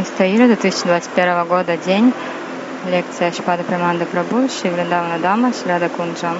14 июля 2021 года, день. Лекция Шрипада Премананда Прабху, Шри Вриндавана Дама, Шри Рада Кунджа.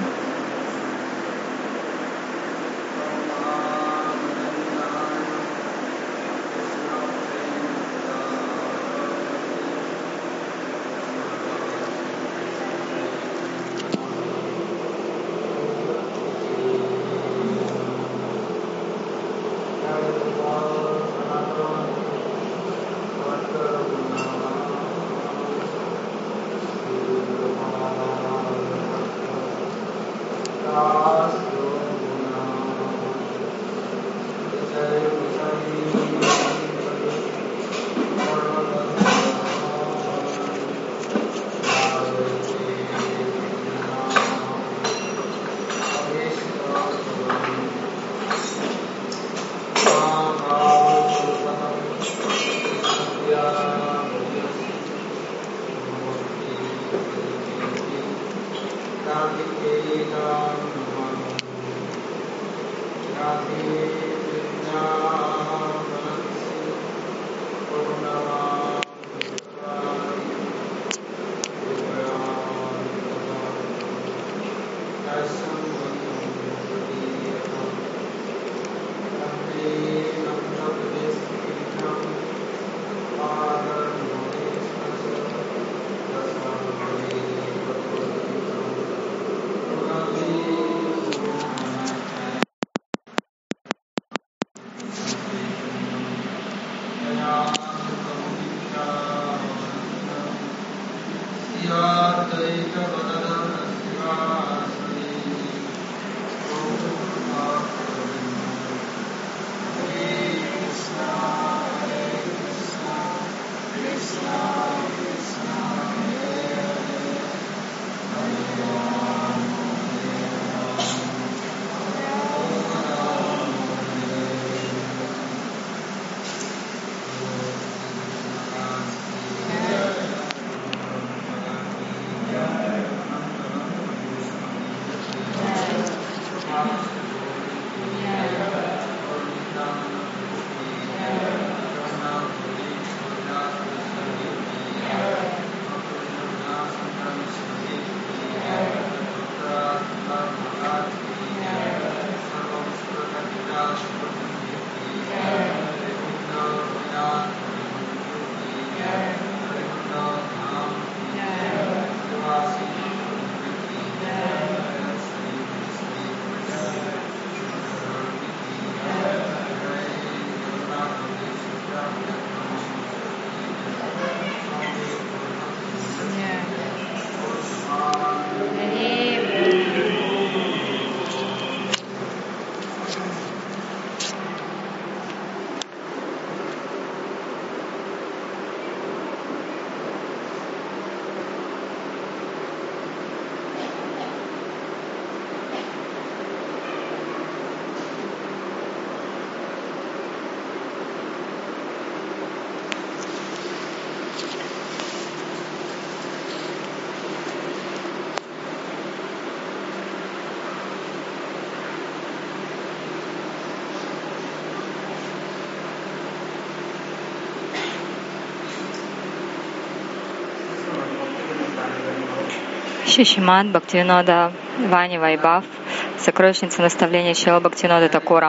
Шримад Бхактивинода Вани Вайбхав, сокровищница наставления Шрила Бхактивинода Такура.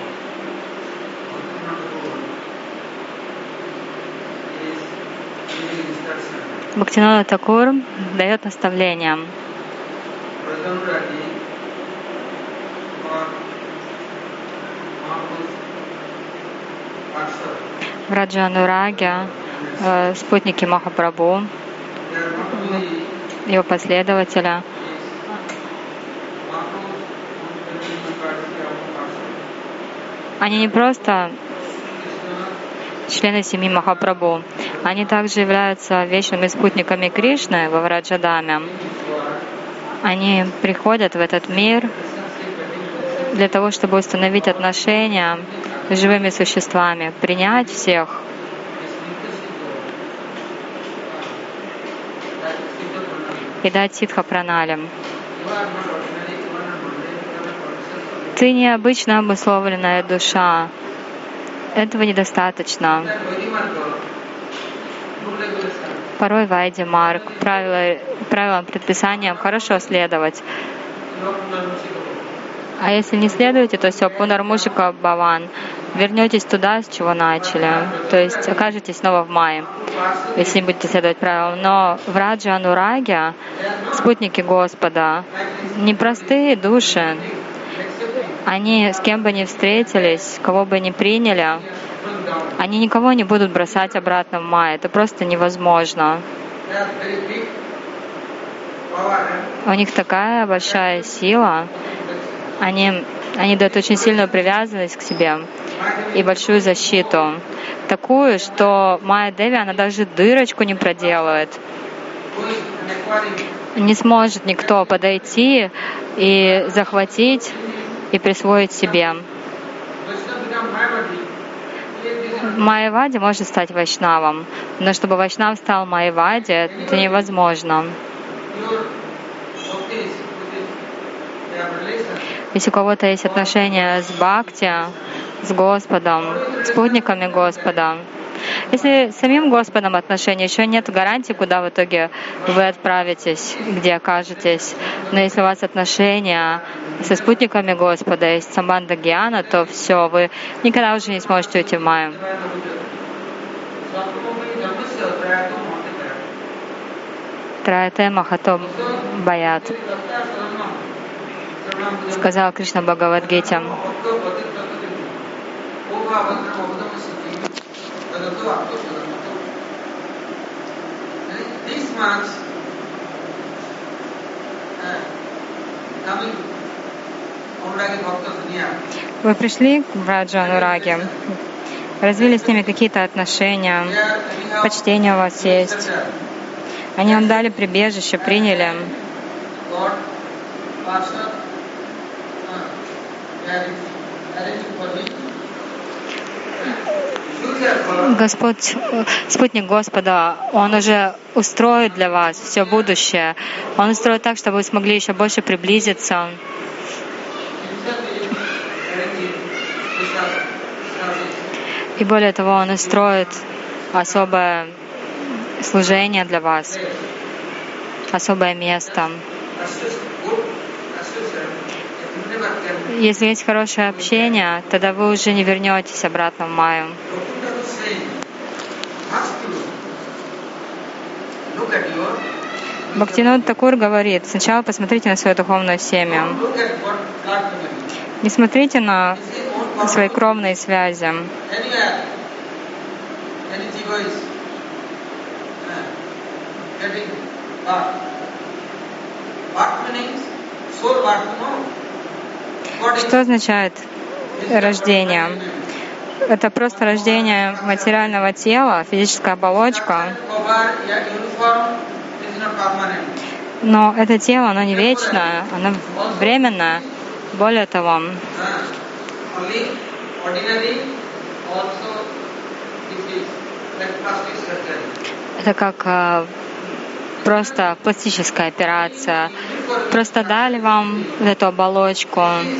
Бхактивинода Такур дает наставления. В Раджа-анураге спутники Махапрабху, его последователя, они не просто члены семьи Махапрабху, они также являются вечными спутниками Кришны во Враджадаме. Они приходят в этот мир для того, чтобы установить отношения с живыми существами, принять всех. И дать ситха праналям. Ты необычно обусловленная душа. Этого недостаточно. Порой Вайди Марг, правилам, предписаниям хорошо следовать. А если не следуете, то все, Пунармушика Бхаван. Вернетесь туда, с чего начали. То есть окажетесь снова в мае, если не будете следовать правилам. Но в Раджа Анураге спутники Господа, непростые души, они с кем бы ни встретились, кого бы ни приняли, они никого не будут бросать обратно в май. Это просто невозможно. У них такая большая сила. Они дают очень сильную привязанность к себе и большую защиту. Такую, что Майя Деви, она даже дырочку не проделает. Не сможет никто подойти и захватить и присвоить себе. Майявади может стать вайшнавом, но чтобы вайшнав стал Майявади, это невозможно. Если у кого-то есть отношения с Бхакти, с Господом, спутниками Господа, если с самим Господом отношения, еще нет гарантии, куда в итоге вы отправитесь, где окажетесь. Но если у вас отношения со спутниками Господа, есть самбандха гьяна, то все, вы никогда уже не сможете уйти в майю. Траяте Махато Баят, сказал Кришна в Бхагавад-гите. Вы пришли к Браджа Анураге, развили с ними какие-то отношения, почтение у вас есть. Они вам дали прибежище, приняли. Господь, спутник Господа, Он уже устроит для вас все будущее. Он устроит так, чтобы вы смогли еще больше приблизиться. И более того, Он устроит особое служение для вас, особое место. Если есть хорошее общение, тогда вы уже не вернетесь обратно в майю. Бхактивинода Такур говорит, сначала посмотрите на свою духовную семью. Не смотрите на свои кровные связи. Что означает рождение? Это просто рождение материального тела, физическая оболочка. Но это тело, оно не вечное, оно временное. Более того, это как просто пластическая операция. Просто дали вам эту оболочку.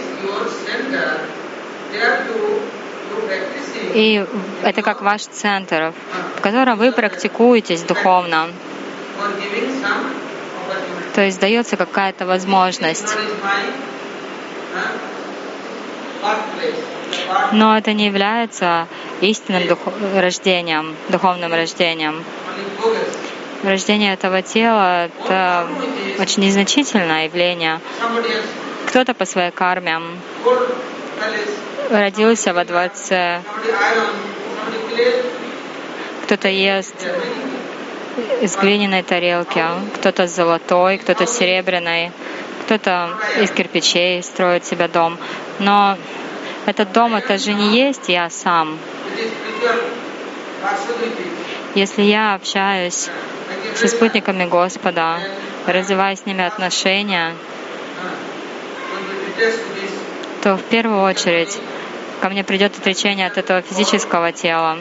И это как ваш центр, в котором вы практикуетесь духовно. То есть дается какая-то возможность. Но это не является истинным рождением, духовным рождением. Рождение этого тела — это очень незначительное явление. Кто-то по своей карме родился во дворце, кто-то ест из глиняной тарелки, кто-то с золотой, кто-то с серебряной, кто-то из кирпичей строит себе дом. Но этот дом — это же не есть я сам. Если я общаюсь со спутниками Господа, развивая с ними отношения, то в первую очередь ко мне придет отречение от этого физического тела,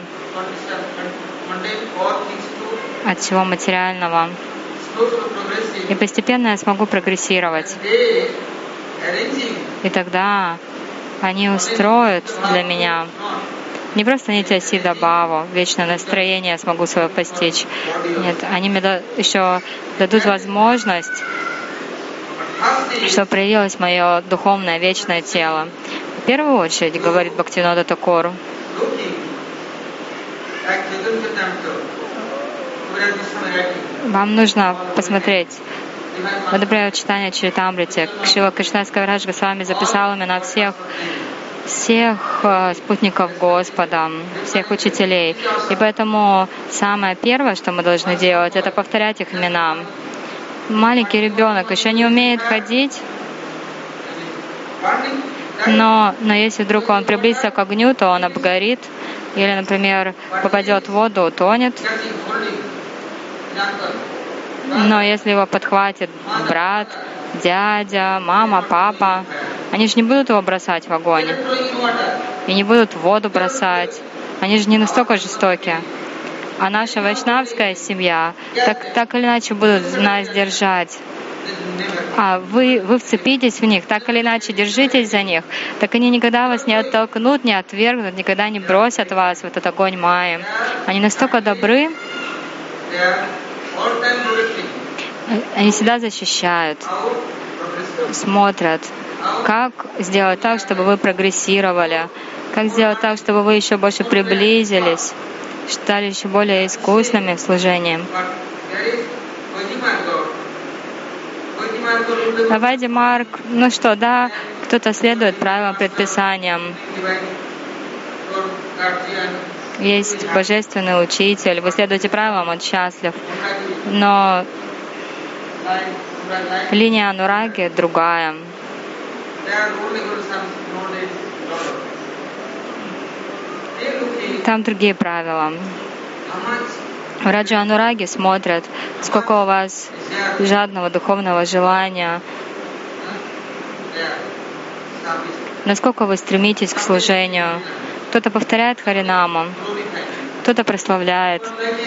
от всего материального. И постепенно я смогу прогрессировать. И тогда они устроят для меня Не просто нитья сида бхаву, вечное настроение я смогу свое постичь. Нет, они мне еще дадут возможность, чтобы проявилось мое духовное вечное тело. В первую очередь, говорит Бхактивинода Тхакур, вам нужно посмотреть. Вот, например, читание Чаритамрити. Шрила Кришнадас Кавирадж Госвами записал имена всех спутников Господа, всех учителей. И поэтому самое первое, что мы должны делать, это повторять их имена. Маленький ребенок еще не умеет ходить, но если вдруг он приблизится к огню, то он обгорит, или, например, попадет в воду, утонет. Но если его подхватит брат, дядя, мама, папа, они же не будут его бросать в огонь и не будут в воду бросать. Они же не настолько жестокие. А наша вайшнавская семья так или иначе будут нас держать. А вы вцепитесь в них, так или иначе держитесь за них, так они никогда вас не оттолкнут, не отвергнут, никогда не бросят вас в этот огонь майи. Они настолько добры, они всегда защищают, смотрят, как сделать так, чтобы вы прогрессировали, как сделать так, чтобы вы еще больше приблизились, стали еще более искусными в служении. Вайди Марк, ну что, да, кто-то следует правилам, предписаниям. Есть божественный учитель, вы следуете правилам, он счастлив. Но линия анураги другая. Там другие правила. В Раджа Анураги смотрят, сколько у вас жадного духовного желания, насколько вы стремитесь к служению. Кто-то повторяет Харинаму, кто-то прославляет.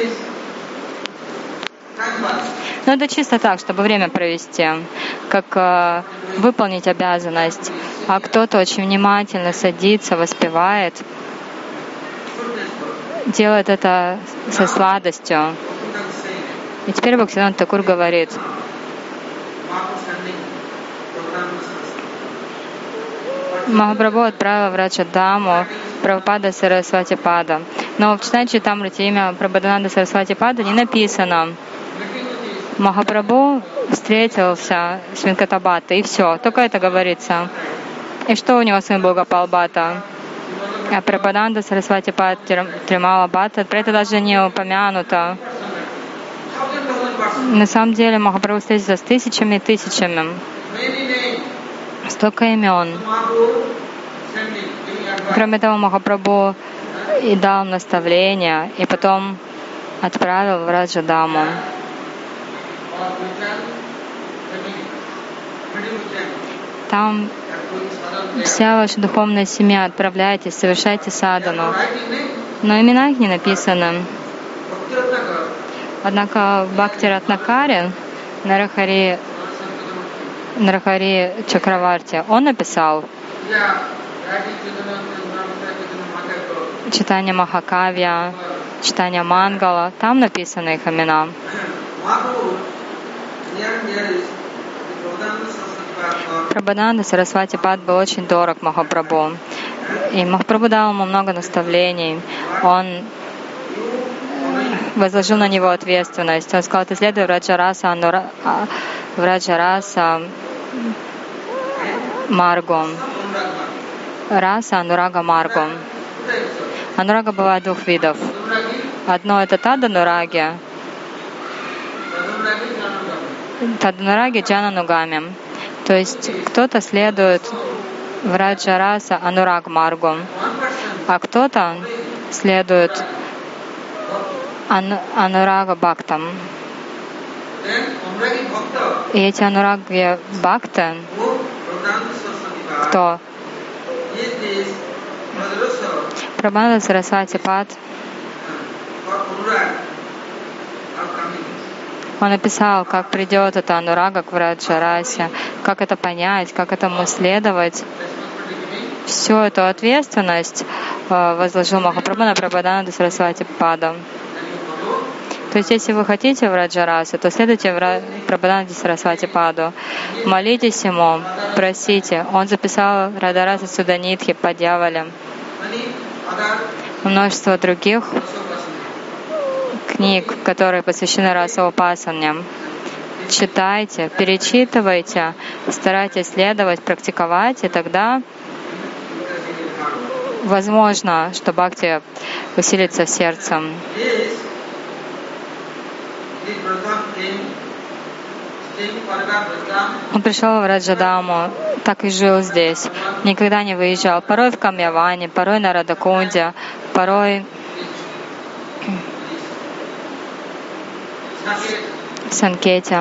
Но это чисто так, чтобы время провести, как выполнить обязанность. А кто-то очень внимательно садится, воспевает, делает это со сладостью. И теперь Бхактивинода Тхакур говорит, Махапрабху отправил в Раджадаму Прабхупада Сарасвати Пада. Но в читании Чаритамрити имя Прабхупада Сарасвати Пада не написано. Махапрабху встретился с Венкатабхата, и все, только это говорится. И что у него сын был Гопал-бхатта? А Прабхупада Сарасвати Пад Тримала Бхатта, про это даже не упомянуто. На самом деле Махапрабху встретился с тысячами и тысячами. Столько имен. Кроме того, Махапрабху и дал наставления, и потом отправил в Раджадаму. Там вся ваша духовная семья, отправляйтесь, совершайте садану. Но имена их не написаны. Однако в Бхакти Ратнакаре Нарахари Чакраварти, он написал читание Махакавья, читание Мангала, там написаны их имена. Прабхупада Сарасвати Пад был очень дорог Махапрабху. И Махапрабху дал ему много наставлений. Он возложил на него ответственность. Он сказал, ты следуй в Раджараса Маргу. Раса Анурага Маргу. Анурага бывает двух видов. Одно — это Таданураги. Таданураги Джананугами. То есть кто-то следует в Раджараса Анураг Маргу, а кто-то следует Анурага Бхактам. И эти Анураги Бхакты, кто? Прабхупада Сарасвати Пад, он написал, как придет это анурага к Враджарасе, как это понять, как этому следовать. Всю эту ответственность возложил Махапрабху на Прабхадананду Сарасвати Паду. То есть, если вы хотите Враджарасу, то следуйте Прабхадананде Сарасвати Паду. Молитесь Ему, просите. Он записал Радараса Суданитхи по Дьяволе. Множество других книг, которые посвящены Раса-упасане. Читайте, перечитывайте, старайтесь следовать, практиковать, и тогда возможно, что бхакти усилится в сердце. Он пришел в Раджадаму, так и жил здесь, никогда не выезжал. Порой в Камьяване, порой на Радакунде, порой в Санкете.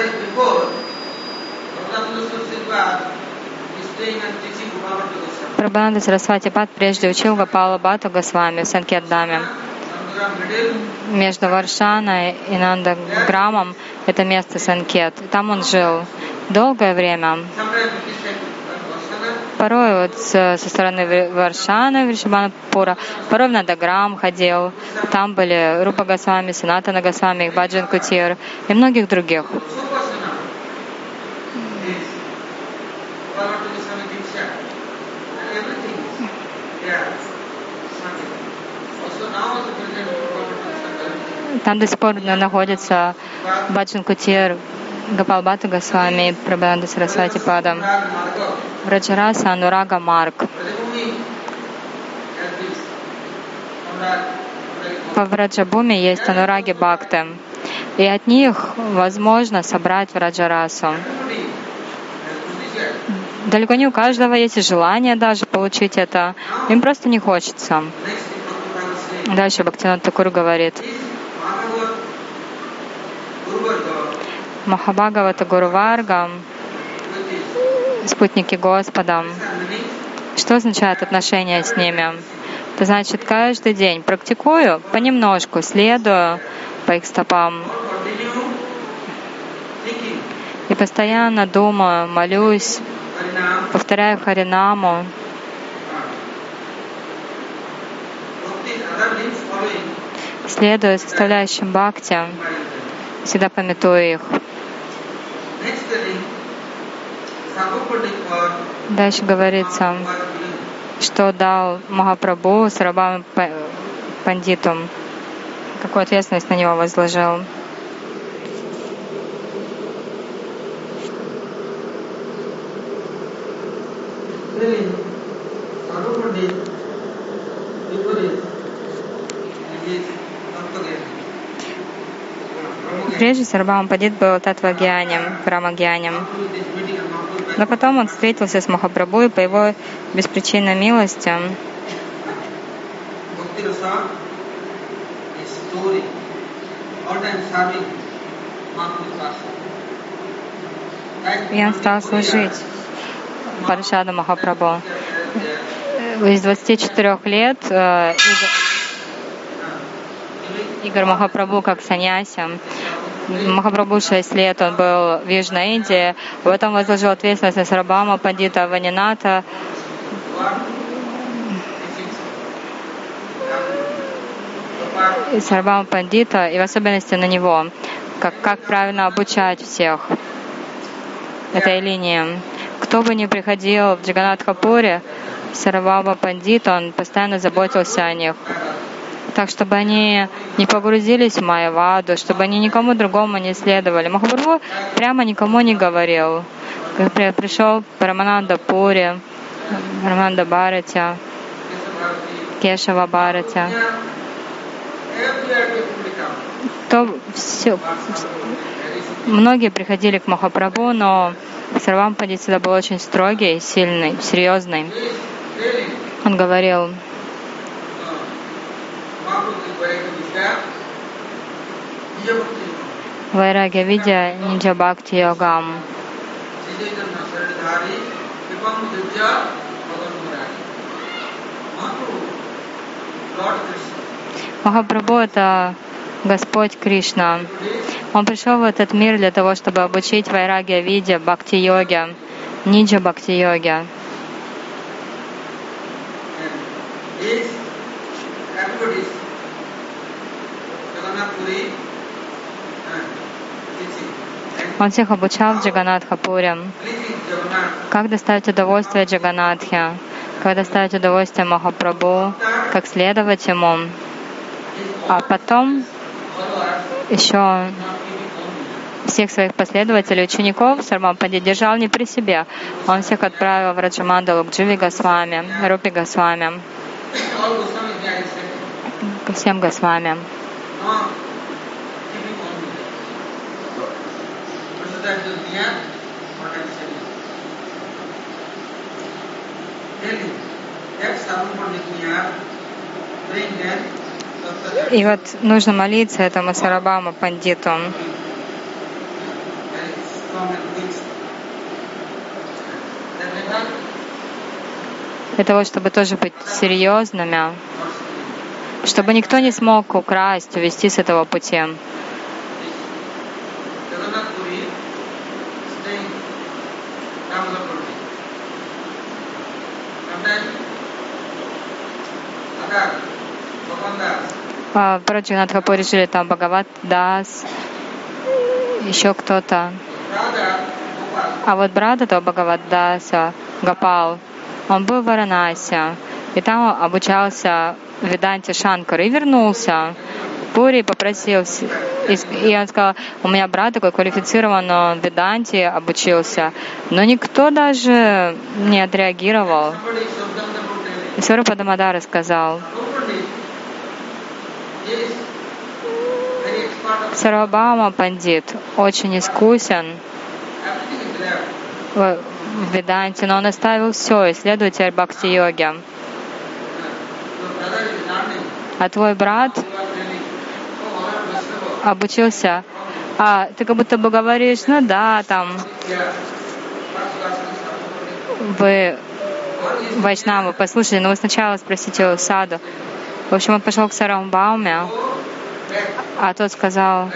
Прабхананда Сарасвати Пад прежде учил Гопала Бхатту Госвами в Санкет-Даме. Между Варшаной и Нандаграмом это место Санкет. Там он жил долгое время. Порой вот со стороны Варшаны, Вришабханапура, порой в Нандаграм ходил. Там были Рупа Госвами, Санатана Госвами, Баджан Кутир и многих других. Там до сих пор находится Баджан Кутир, Гопал Бхатта Госвами, Прабхананда Сарасвати Пада, Враджараса Анурага Марг. По Враджабуме есть Анураги Бхакты, и от них возможно собрать Враджарасу. Далеко не у каждого есть и желание даже получить это, им просто не хочется. Дальше Бхактивинода Тхакур говорит: Махабхагавата Гуруварга, спутники Господа. Что означает отношение с ними? Это значит, каждый день практикую понемножку, следую по их стопам. И постоянно думаю, молюсь, повторяю Харинаму. Следую составляющим бхакти, всегда памятую их. Дальше говорится, что дал Махапрабху Сарабхаме Пандиту, какую ответственность на него возложил. Прежде Сарабхама Пандит был татвагьянем, брамагьянем. Но потом он встретился с Махапрабху, и по его беспричинной милости и он стал служить Паришаду Махапрабху. Из 24 лет Игорь Махапрабху как саньяси. Махапрабху 6 лет он был в Южной Индии, потом возложил ответственность на Сарабхама Пандита Ванината. Сарабхама Пандита, и в особенности на него, как правильно обучать всех этой линии. Кто бы ни приходил в Джаганнатхапуре, Сарабхама Пандит, он постоянно заботился о них. Так, чтобы они не погрузились в Майяваду, чтобы они никому другому не следовали. Махапрабху прямо никому не говорил. Пришел Парамананда Пури, Парамананда Бхарати, Кешава Бхарати. Многие приходили к Махапрабху, но Сарабхама Пандит всегда был очень строгий, сильный, серьезный. Он говорил: Вайрагья видя ниджа бхакти йогам. Махапрабху — это Господь Кришна. Он пришел в этот мир для того, чтобы обучить вайрагья видя бхакти-йоге, ниджа бхакти-йоге. Он всех обучал в Джаганатхапуре. Как доставить удовольствие Джаганатхе, как доставить удовольствие Махапрабху, как следовать ему. А потом еще всех своих последователей, учеников Сарвабхаума Пандит держал не при себе. Он всех отправил в Раджамандалу к Дживи Госвами, Рупи Госвами, ко всем Госвами. И вот нужно молиться этому Сарвабхаума Пандиту. Для того, чтобы тоже быть серьезными, чтобы никто не смог украсть, увести с этого пути. В Раджанатхапуре жили там Бхагават Дас, еще кто-то. А вот брат этого Бхагават Даса, Гопал, он был в Варанаси, и там обучался Веданте Шанкару, и вернулся в Пури и попросил. И он сказал, у меня брат такой квалифицирован, он в Веданте обучился, но никто даже не отреагировал. И Сварупа Дамодара сказал, Сарвабхаума Пандит очень искусен в Веданте, но он оставил все и следует теперь бхакти-йоге. А твой брат обучился, а ты как будто бы говоришь, ну да, там вы вайшнавы послушали, но вы сначала спросите у саду. В общем, он пошел к Сарвабхауме, а тот сказал,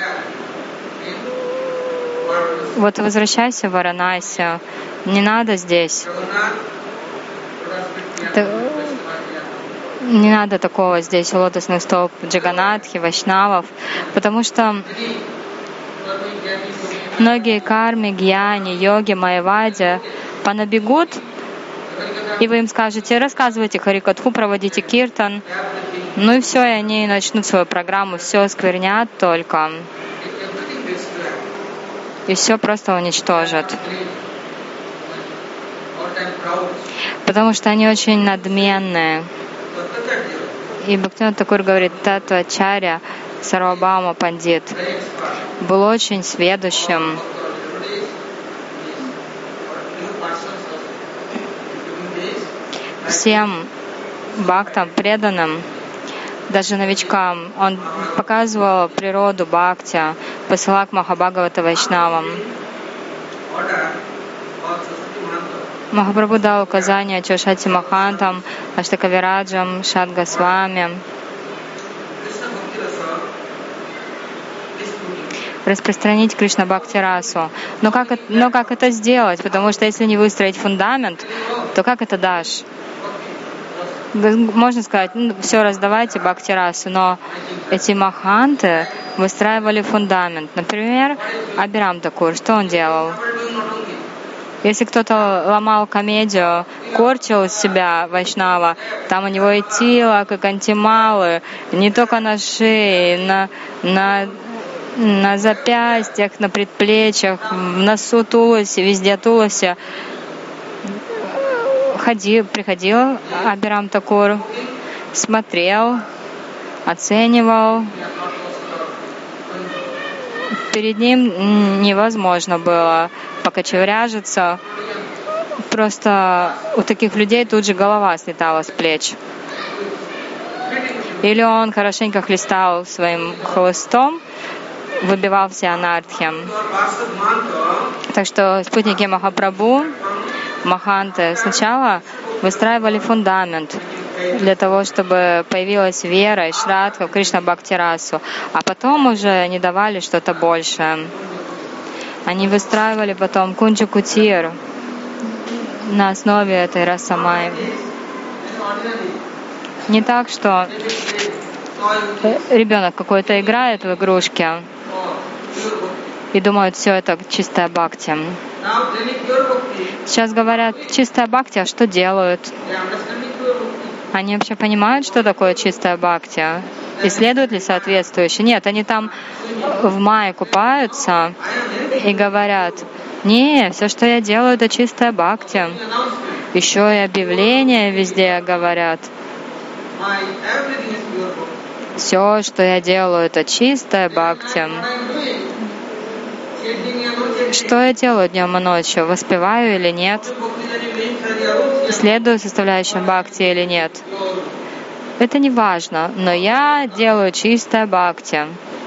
вот возвращайся в Варанаси, не надо здесь. Не надо такого здесь лотосных стоп Джаганатхи, вайшнавов, потому что многие карми, гьяни, йоги, майявади понабегут, и вы им скажете, рассказывайте Харикатху, проводите киртан, ну и все, и они начнут свою программу, все сквернят только, и все просто уничтожат. Потому что они очень надменные. И Бхактивинода Тхакур говорит, Татвачарья Сарвабхаума Пандит был очень сведущим. Всем бхактам, преданным, даже новичкам, он показывал природу бхакти, посылал к Махабхагавата Вайшнавам. Махапрабху дал указания Чошати Махантам, Аштакавираджам, Шад Госвами распространить Кришна Бхакти расу. Но как это сделать? Потому что если не выстроить фундамент, то как это дашь? Можно сказать, все раздавайте Бхакти расу, но эти маханты выстраивали фундамент. Например, Абирам Такур, что он делал? Если кто-то ломал комедию, корчил из себя вайшнава, там у него и тилак, и кантималы, не только на шее, на запястьях, на предплечьях, в носу тулоси, везде тулоси. Приходил Абирам Такур, смотрел, оценивал. Перед ним невозможно было покочевряжиться. Просто у таких людей тут же голова слетала с плеч. Или он хорошенько хлестал своим хлыстом, выбивал все анартхи. Так что спутники Махапрабху, маханты, сначала выстраивали фундамент для того, чтобы появилась вера и шрадха в Кришна Бхакти расу, а потом уже не давали что-то большее. Они выстраивали потом кунджа кутир на основе этой расамай. Не так, что ребенок какой-то играет в игрушки, и думают, все это чистая бхакти. Сейчас говорят, чистая бхакти, а что делают? Они вообще понимают, что такое чистая бхакти? И следуют ли соответствующие? Нет, они там в мае купаются и говорят, не, все, что я делаю, это чистая бхакти. Еще и объявления везде говорят. Все, что я делаю, это чистая бхакти. Что я делаю днем и ночью? Воспеваю или нет? Следую составляющим бхакти или нет? Это не важно, но я делаю чистое бхакти.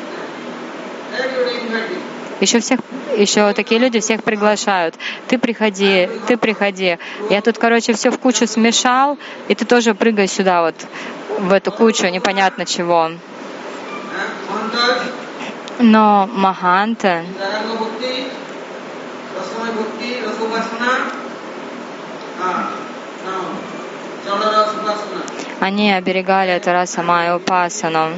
Еще такие люди всех приглашают. Ты приходи, ты приходи. Я тут, все в кучу смешал, и ты тоже прыгай сюда, вот, в эту кучу непонятно чего. Но маханты, они оберегали эту расамаю упасану.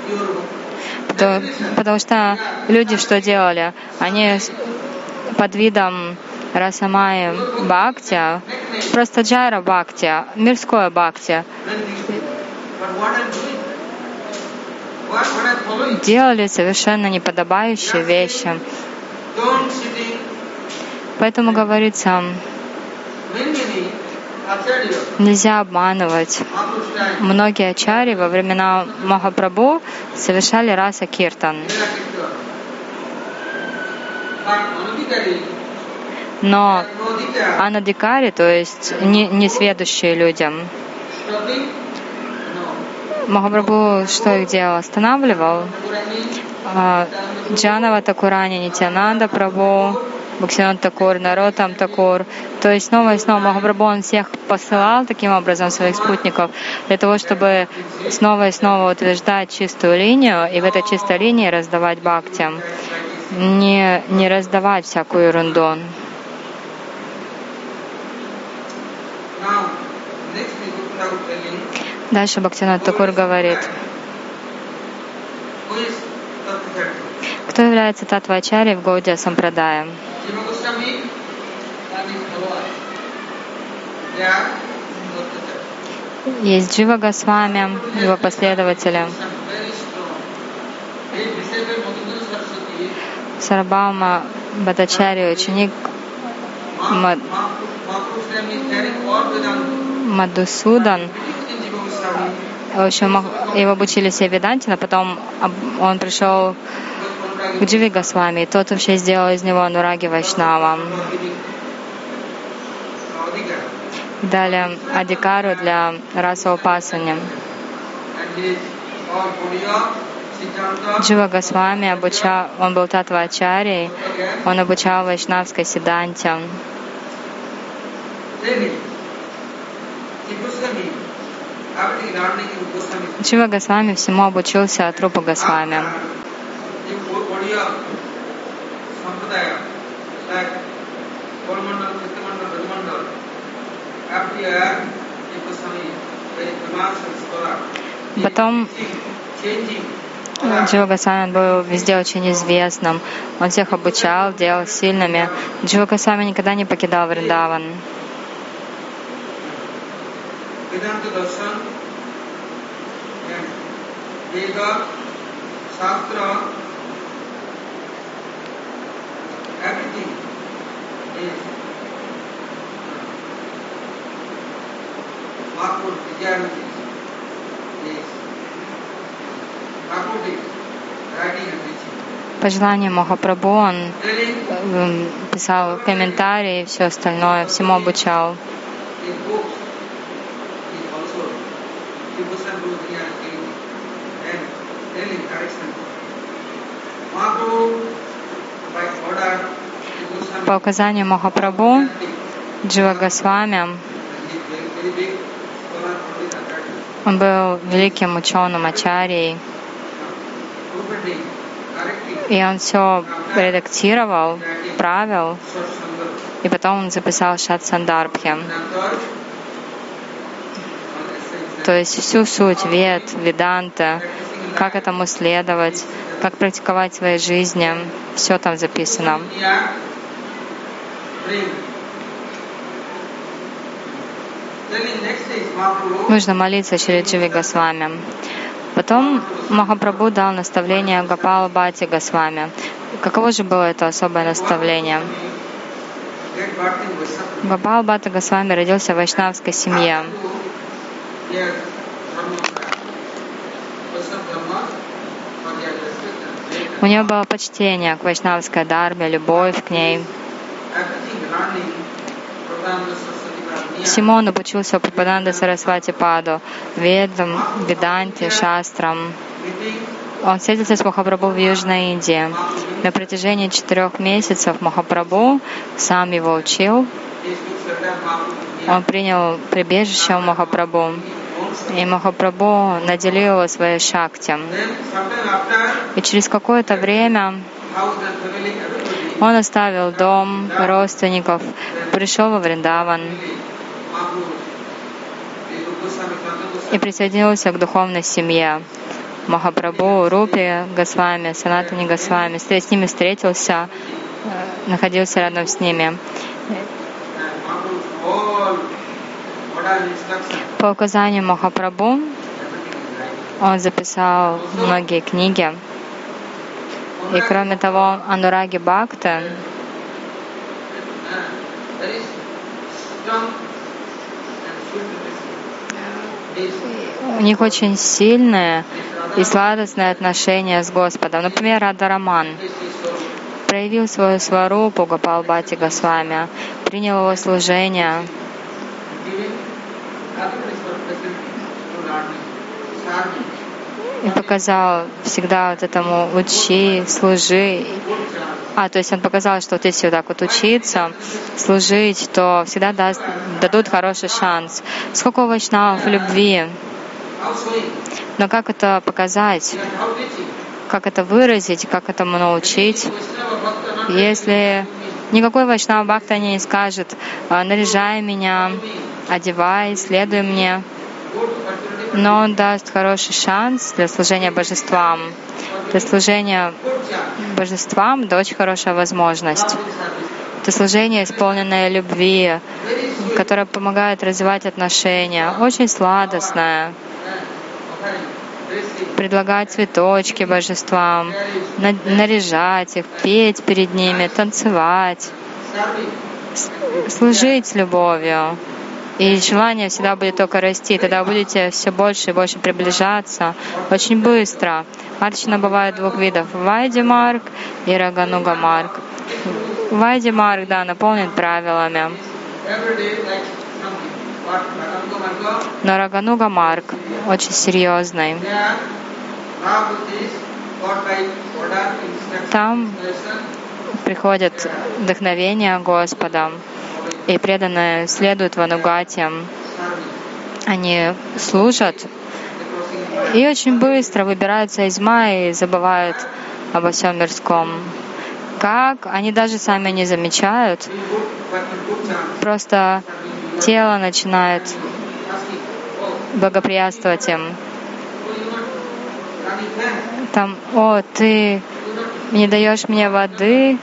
Потому что люди что делали? Они под видом расамаи бхакти, просто джайра бхакти, мирское бхакти, делали совершенно неподобающие вещи. Поэтому говорится, нельзя обманывать. Многие ачарьи во времена Махапрабху совершали раса киртан. Но анадикари, то есть несведущие люди, Махапрабху что их делал? Останавливал. Джанава Такурани, Нитьянанда Прабху, Бхактивинода Такур, Нароттам Такур. То есть снова и снова Махапрабху он всех посылал таким образом своих спутников для того, чтобы снова и снова утверждать чистую линию и в этой чистой линии раздавать бхакти. Не раздавать всякую ерунду. Дальше Бхактивинода Такур говорит, кто является татва-ачарьей в Гаудия Сампрадая? Есть Джива Госвами, его последователи, Сарабхаума Бхаттачарья, ученик Мадхусудан. В общем, его обучили все Веданте, но потом он пришел к Дживе Госвами, и тот вообще сделал из него Анураги Вайшнава. Далее Адикару для раса Упасани. Джива Госвами обучал, он был татва-ачарьей, он обучал вайшнавской сиданте. Джива Госвами всему обучился от Рупа Госвами. Потом Джива Госвами был везде очень известным. Он всех обучал, делал сильными. Джива Госвами никогда не покидал Вриндаван. По желанию Махапрабху он писал комментарии и все остальное, всему обучал. По указанию Махапрабху Джива Госвами, он был великим ученым ачарьей, и он все редактировал, правил, и потом он записал Шат-сандарбхи. То есть всю суть Вед, Веданта, как этому следовать, как практиковать в своей жизни. Все там записано. Нужно молиться Шри Дживи Госвами. Потом Махапрабху дал наставление Гопал Бхатти Госвами. Каково же было это особое наставление? Гопал Бхатти Госвами родился в вайшнавской семье. У него было почтение к вайшнавской дхарме, любовь к ней. Всему он обучился у Прабхупады Сарасвати Паду, ведам, веданте, шастрам. Он встретился с Махапрабху в Южной Индии. На протяжении 4 месяцев Махапрабху сам его учил. Он принял прибежище у Махапрабху. И Махапрабху наделил его своей шакти. И через какое-то время он оставил дом, родственников, пришел во Вриндаван и присоединился к духовной семье. Махапрабху, Рупи Госвами, Санатани Госвами, с ними встретился, находился рядом с ними. По указанию Махапрабху он записал многие книги. И кроме того, Анураги Бхакты у них очень сильное и сладостное отношение с Господом. Например, Радхараман проявил свою сварупу Гопал Бхатти Госвами, принял его служение, и показал всегда вот этому «учи, служи». То есть он показал, что вот если вот так вот учиться, служить, то всегда дадут хороший шанс. Сколько у вайшнавов любви. Но как это показать? Как это выразить? Как этому научить? Если никакой вайшнава бхакта не скажет «наряжай меня, одевай, следуй мне», но он даст хороший шанс для служения божествам. Для служения божествам — это очень хорошая возможность. Это служение, исполненное любви, которое помогает развивать отношения, очень сладостное. Предлагать цветочки божествам, наряжать их, петь перед ними, танцевать, служить с любовью. И желание всегда будет только расти. Тогда будете все больше и больше приближаться очень быстро. Арчана бывает 2 видов: Вайди-марг и Рагануга-марг. Вайди-марг, да, наполнен правилами. Но Рагануга-марг очень серьезный. Там приходит вдохновение Господа, и преданные следуют ванугатиям. Они служат и очень быстро выбираются из майи и забывают обо всем мирском. Как? Они даже сами не замечают. Просто тело начинает благоприятствовать им. Там: «О, ты не даешь мне воды».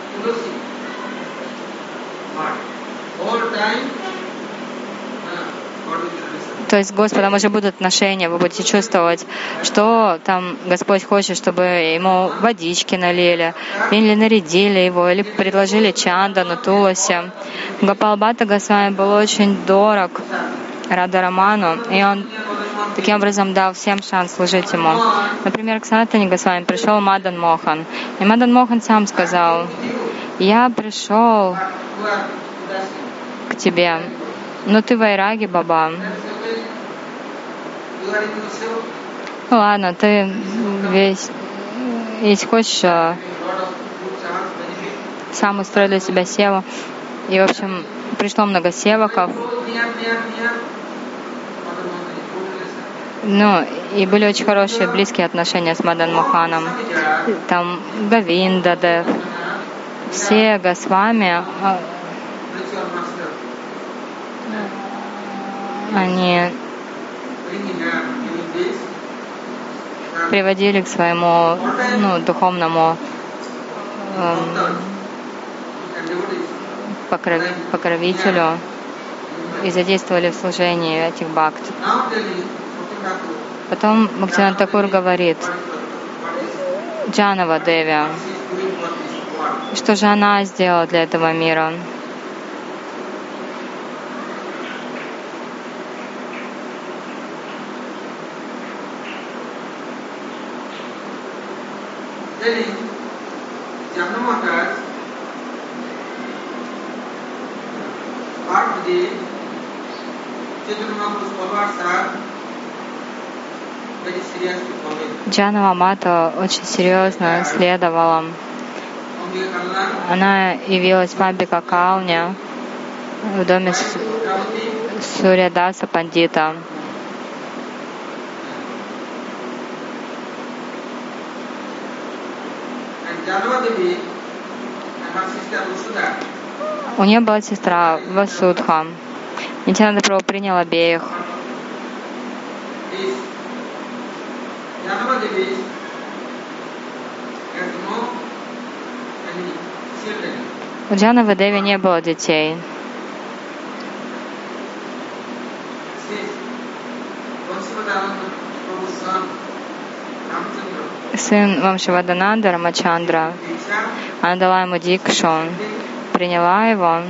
То есть с Господом уже будут отношения, вы будете чувствовать, что там Господь хочет, чтобы ему водички налили, или нарядили его, или предложили чандану, туласи. Гопал Бхатта Госвами был очень дорог Радхараману, и он таким образом дал всем шанс служить ему. Например, к Санатани Госвами пришел Мадан Мохан, и Мадан Мохан сам сказал: «Я пришел к тебе, но ты вайраги, баба. Ну ладно, ты весь, если хочешь, сам устроил для себя севу». И, в общем, пришло много севаков. Ну, и были очень хорошие, близкие отношения с Мадан Моханом. Там Гавинда Дев, все Госвами, они приводили к своему духовному покровителю и задействовали в служении этих бхакт. Потом Бхактивинода Тхакур говорит Джанава Деви, что же она сделала для этого мира. Джанава Мата очень серьезно следовала. Она явилась в Амбика Калне в доме Сурьядаса Пандита. У нее была сестра Васудха. Нитьянанда Прабху принял обеих. У Джанавы Деви не было детей. Сын Вамшивадананда Рамачандра, она дала ему дикшу, приняла его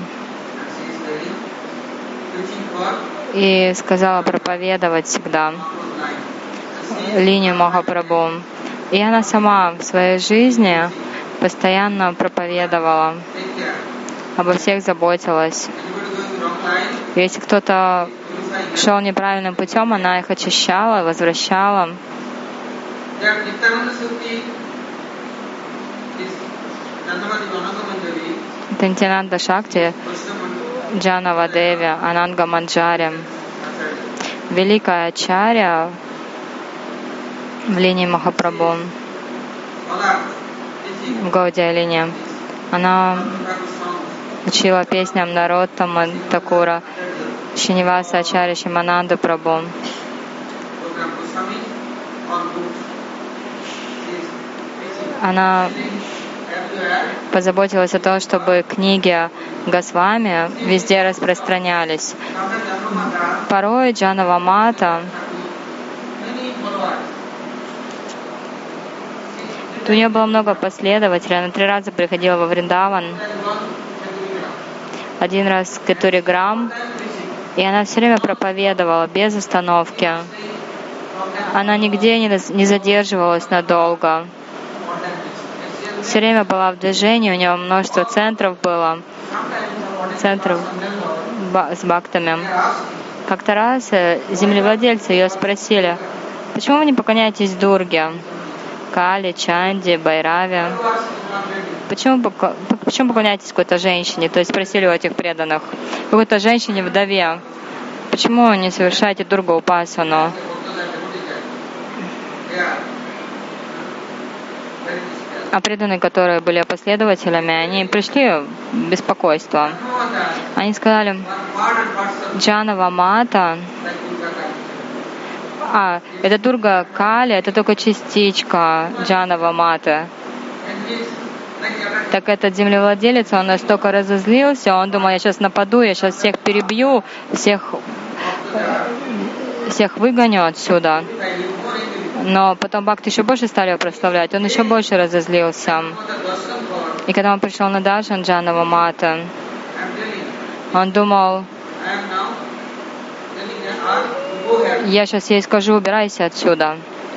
и сказала проповедовать всегда линию Махапрабху. И она сама в своей жизни постоянно проповедовала, обо всех заботилась. Если кто-то шел неправильным путем, она их очищала, возвращала. Нитьянанда Шакти, Джанава Деви, Ананга Манджари, великая ачарья в линии Махапрабху, в Гаудия линии. Она учила песням Нароттама Такура, Шиниваса Ачарья, Шимананду Прабху. Она позаботилась о том, чтобы книги Госвами везде распространялись. Порой Джанава Мата, у нее было много последователей, она 3 раза приходила во Вриндаван, 1 раз в Кетуриграм, и она все время проповедовала без остановки. Она нигде не задерживалась надолго. Все время была в движении, у нее множество центров было, центров с бхактами. Как-то раз землевладельцы ее спросили: почему вы не поклоняетесь Дурге, Кали, Чанди, Байраве? Почему поклоняетесь какой-то женщине? То есть спросили у этих преданных, какой-то женщине-вдове, почему не совершаете Дурга-упасану? А преданные, которые были последователями, они пришли в беспокойство. Они сказали: Джанава Мата, это Дурга Кали, это только частичка Джанава Маты. Так этот землевладелец, он настолько разозлился, он думал: я сейчас нападу, я сейчас всех перебью, всех выгоню отсюда. Но потом бхакты еще больше стали его прославлять, он еще больше разозлился. И когда он пришел на даршан Джанава Мата, он думал: я сейчас ей скажу, убирайся отсюда.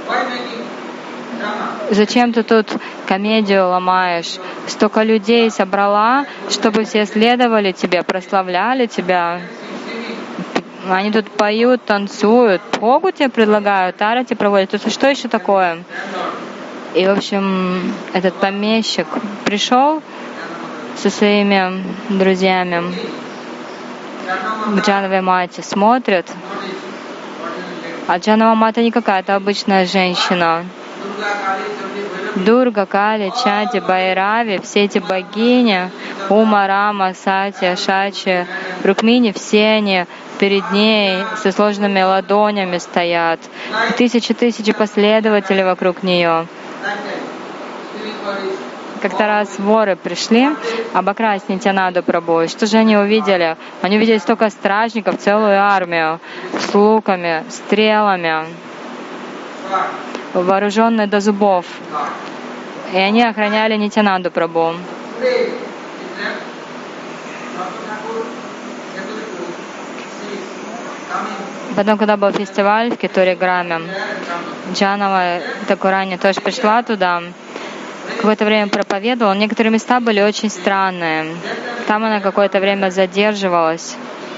Зачем ты тут комедию ломаешь? Столько людей собрала, чтобы все следовали тебе, прославляли тебя. Они тут поют, танцуют, Богу тебе предлагают, арати проводят. Это что еще такое? И, в общем, этот помещик пришел со своими друзьями к Джановой Мате, смотрит, а Джанава Мата не какая-то обычная женщина. Дурга, Кали, Чанди, Байрави, все эти богини, Ума, Рама, Сати, Шачи, Рукмини, все они перед ней со сложенными ладонями стоят, тысячи последователей вокруг нее. Как-то раз воры пришли обокрасть Нитьянанду Прабху. Что же они увидели? Они увидели столько стражников, целую армию с луками, стрелами, вооруженные до зубов. И они охраняли Нитьянанду Прабху. Потом, когда был фестиваль в Кетуриграме, Джанава Такурани тоже пришла туда. Какое-то время проповедовала. Некоторые места были очень странные. Там она какое-то время задерживалась.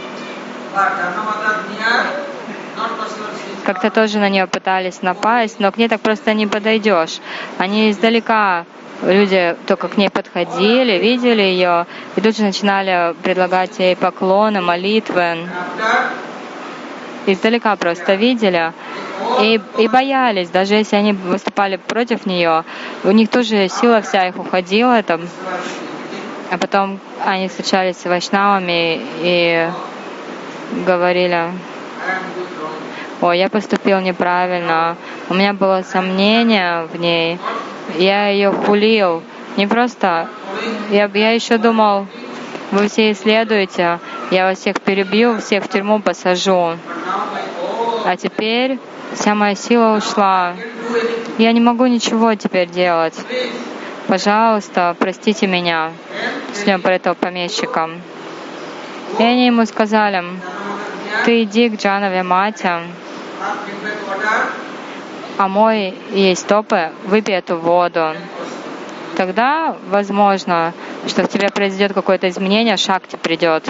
Как-то тоже на нее пытались напасть, но к ней так просто не подойдешь. Они издалека, люди только к ней подходили, видели ее, и тут же начинали предлагать ей поклоны, молитвы. Издалека просто видели и боялись, даже если они выступали против нее, у них тоже сила вся их уходила. А потом они встречались с вайшнавами и говорили: «Ой, я поступил неправильно, у меня было сомнение в ней, я ее хулил, не просто, я еще думал, вы все исследуете, я вас всех перебью, всех в тюрьму посажу. А теперь вся моя сила ушла. Я не могу ничего теперь делать. Пожалуйста, простите меня», с ним про этого помещика. И они ему сказали: «Ты иди к Джанове Мате, омой ей стопы, выпей эту воду. Тогда возможно, что в тебе произойдет какое-то изменение, шакти придет».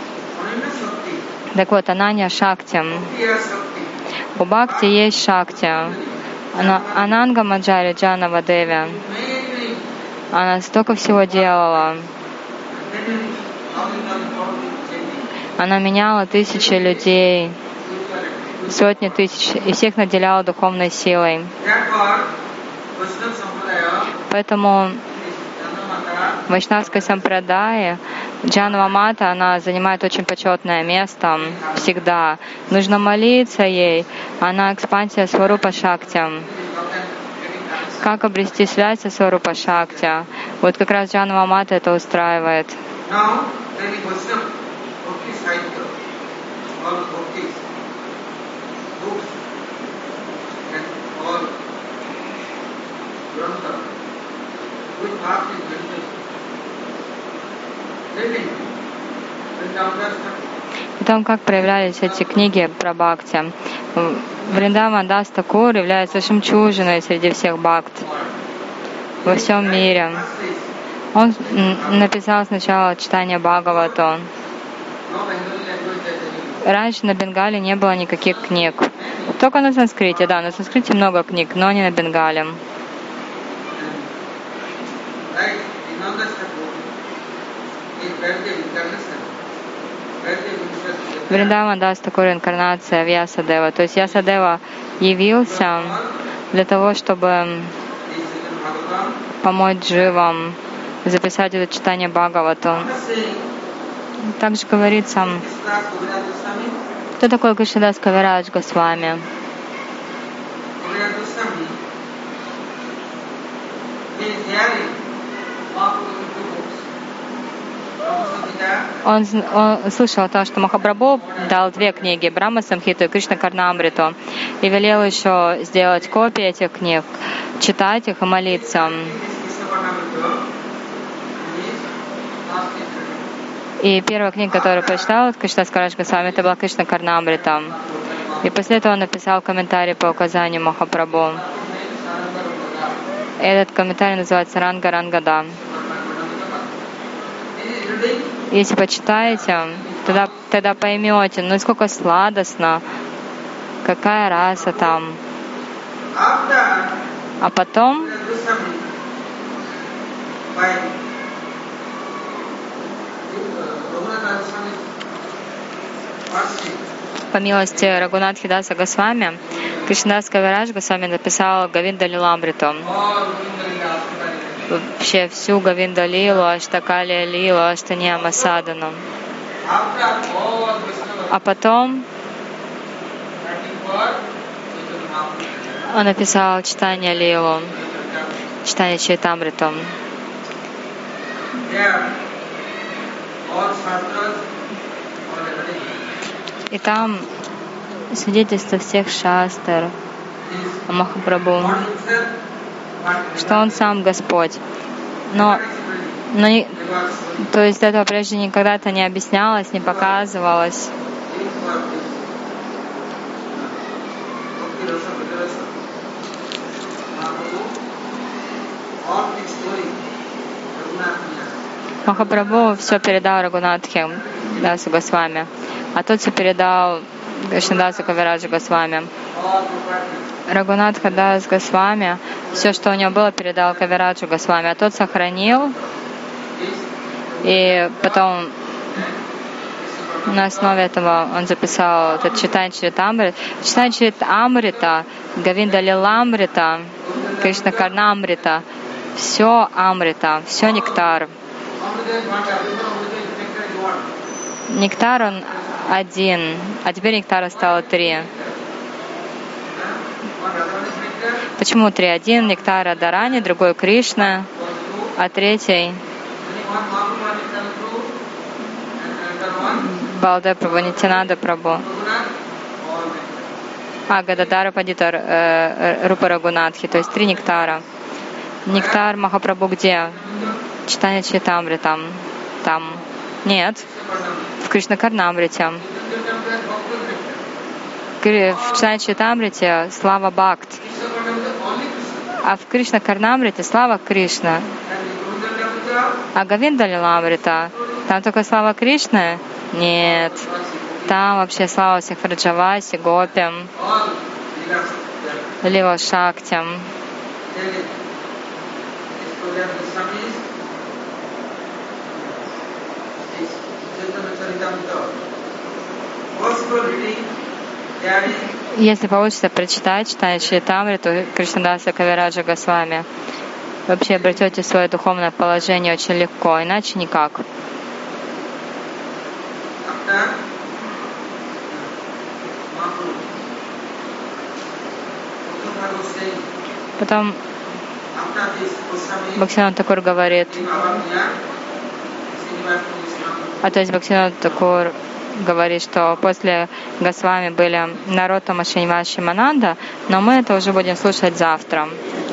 Так вот, Ананья Шакти. У Бхакти есть Шакти. Ананга Маджари Джанава Деви. Она столько всего делала. Она меняла тысячи людей, сотни тысяч, и всех наделяла духовной силой. Поэтому в вайшнавской сампрадае Джанава Мата, она занимает очень почетное место всегда. Нужно молиться ей. Она экспансия Сварупа Шакти. Как обрести связь со Сварупа Шакти? Вот как раз Джанава Мата это устраивает. О том, как проявлялись эти книги про бхакти. Вриндаван Дас Такур является жемчужиной среди всех бхакт во всем мире. Он написал сначала читание Бхагавату. Раньше на Бенгале не было никаких книг. Только на санскрите, да, на санскрите много книг, но не на Бенгале. Вриндаван Дас Такур — инкарнация Вьясадева. То есть Вьясадева явился для того, чтобы помочь дживам записать это читание Бхагавату. Также говорится, кто такой Кришнадас Кавирадж Госвами? Он слышал о том, что Махапрабху дал 2 книги, Брахма Самхиту и Кришна Карнамриту, и велел еще сделать копии этих книг, читать их и молиться. И первая книга, которую прочитал Кришнадас Кавирадж Госвами, это была Кришна Карнамрита. И после этого он написал комментарий по указанию Махапрабху. И этот комментарий называется Ранга Рангада. Если почитаете, тогда поймете, насколько сладостно, какая раса там. А потом по милости Рагунатхи Даса Госвами, Кришнадас Кавирадж Госвами написал Говинда Лиламриту. Вообще всю Говинда Лилу, Аштакалия Лилу, Аштаньяма Садану. А потом он написал читание Лилу, читание Чайтамриту. И там свидетельство всех шастр о Махапрабху, что он сам Господь. Но то есть этого прежде никогда это не объяснялось, не показывалось. Махапрабху все передал Рагунатхе Дасу Госвами, а тот все передал Кришнадасу Кавираджу Госвами. Рагунатха Дас Госвами все, что у него было, передал Кавираджу Госвами, а тот сохранил, и потом на основе этого он записал этот читание Чаритамрита. Читание Чаритамрита, Говинда Лиламрита, Кришна Карнамрита, все Амрита, все нектар. Нектар он один, а теперь нектара стало 3. Почему 3? Один нектар Радхарани, другой Кришна, а третий Балдев Прабху, Нитянанда Прабху. Гададара Пандита Рупа Рагунатхи, то есть 3 нектара. Нектар Махапрабху где? Читание Чайтамрита. Там. Нет. В Кришна Карнамрите. В читание Чайтамрите слава Бхакт. А в Кришна Карнамрите слава Кришна. А Говинда Лиламрита, там только слава Кришны? Нет. Там вообще слава всех Враджаваси, Гопим, Лила Шактям. Если получится прочитать, читать Чаритамриту Кришнадаса Кавираджа Госвами, вообще обретете свое духовное положение очень легко, иначе никак. Потом Бхактивинода Тхакур говорит, то есть Бхактивинода Тхакур говорит, что после Госвами были Нароттама, Шринивас, Шимананда, но мы это уже будем слушать завтра.